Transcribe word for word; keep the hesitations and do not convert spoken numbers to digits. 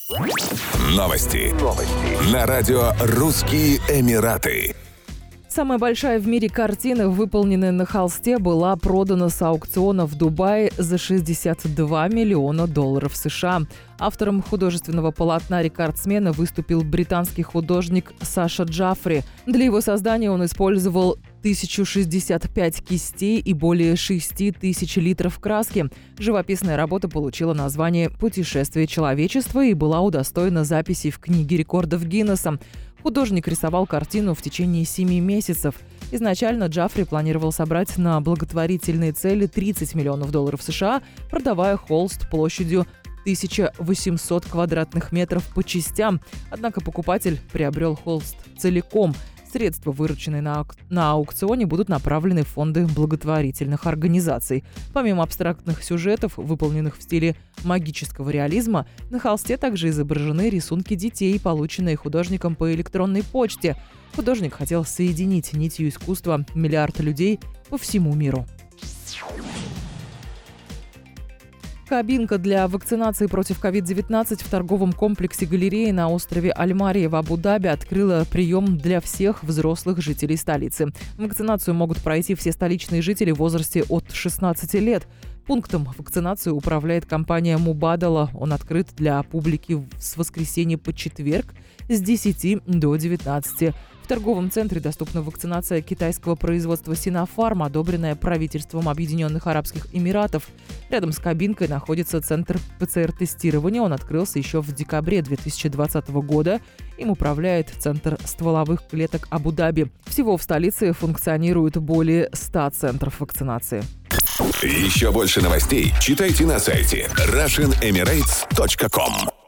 Новости. Новости. На радио «Русские Эмираты». Самая большая в мире картина, выполненная на холсте, была продана с аукциона в Дубае за шестьдесят два миллиона долларов США. Автором художественного полотна «Рекордсмена» выступил британский художник Саша Джаффри. Для его создания он использовал тысячу шестьдесят пять кистей и более шести тысяч литров краски. Живописная работа получила название «Путешествие человечества» и была удостоена записи в книге рекордов Гиннесса. Художник рисовал картину в течение семи месяцев. Изначально Джаффри планировал собрать на благотворительные цели тридцать миллионов долларов США, продавая холст площадью тысяча восемьсот квадратных метров по частям. Однако покупатель приобрел холст целиком. Средства, вырученные на, ау- на аукционе, будут направлены в фонды благотворительных организаций. Помимо абстрактных сюжетов, выполненных в стиле магического реализма, на холсте также изображены рисунки детей, полученные художником по электронной почте. Художник хотел соединить нитью искусства миллиард людей по всему миру. Кабинка для вакцинации против ковид девятнадцать в торговом комплексе галереи на острове Аль-Мария в Абу-Даби открыла прием для всех взрослых жителей столицы. Вакцинацию могут пройти все столичные жители в возрасте от шестнадцати лет. Пунктом вакцинации управляет компания Мубадала. Он открыт для публики с воскресенья по четверг с десяти до девятнадцати. В торговом центре доступна вакцинация китайского производства Sinopharm, одобренная правительством Объединенных Арабских Эмиратов. Рядом с кабинкой находится центр ПЦР-тестирования. Он открылся еще в декабре две тысячи двадцатого года. Им управляет Центр стволовых клеток Абу-Даби. Всего в столице функционирует более ста центров вакцинации. Еще больше новостей читайте на сайте Russian Emirates точка ком.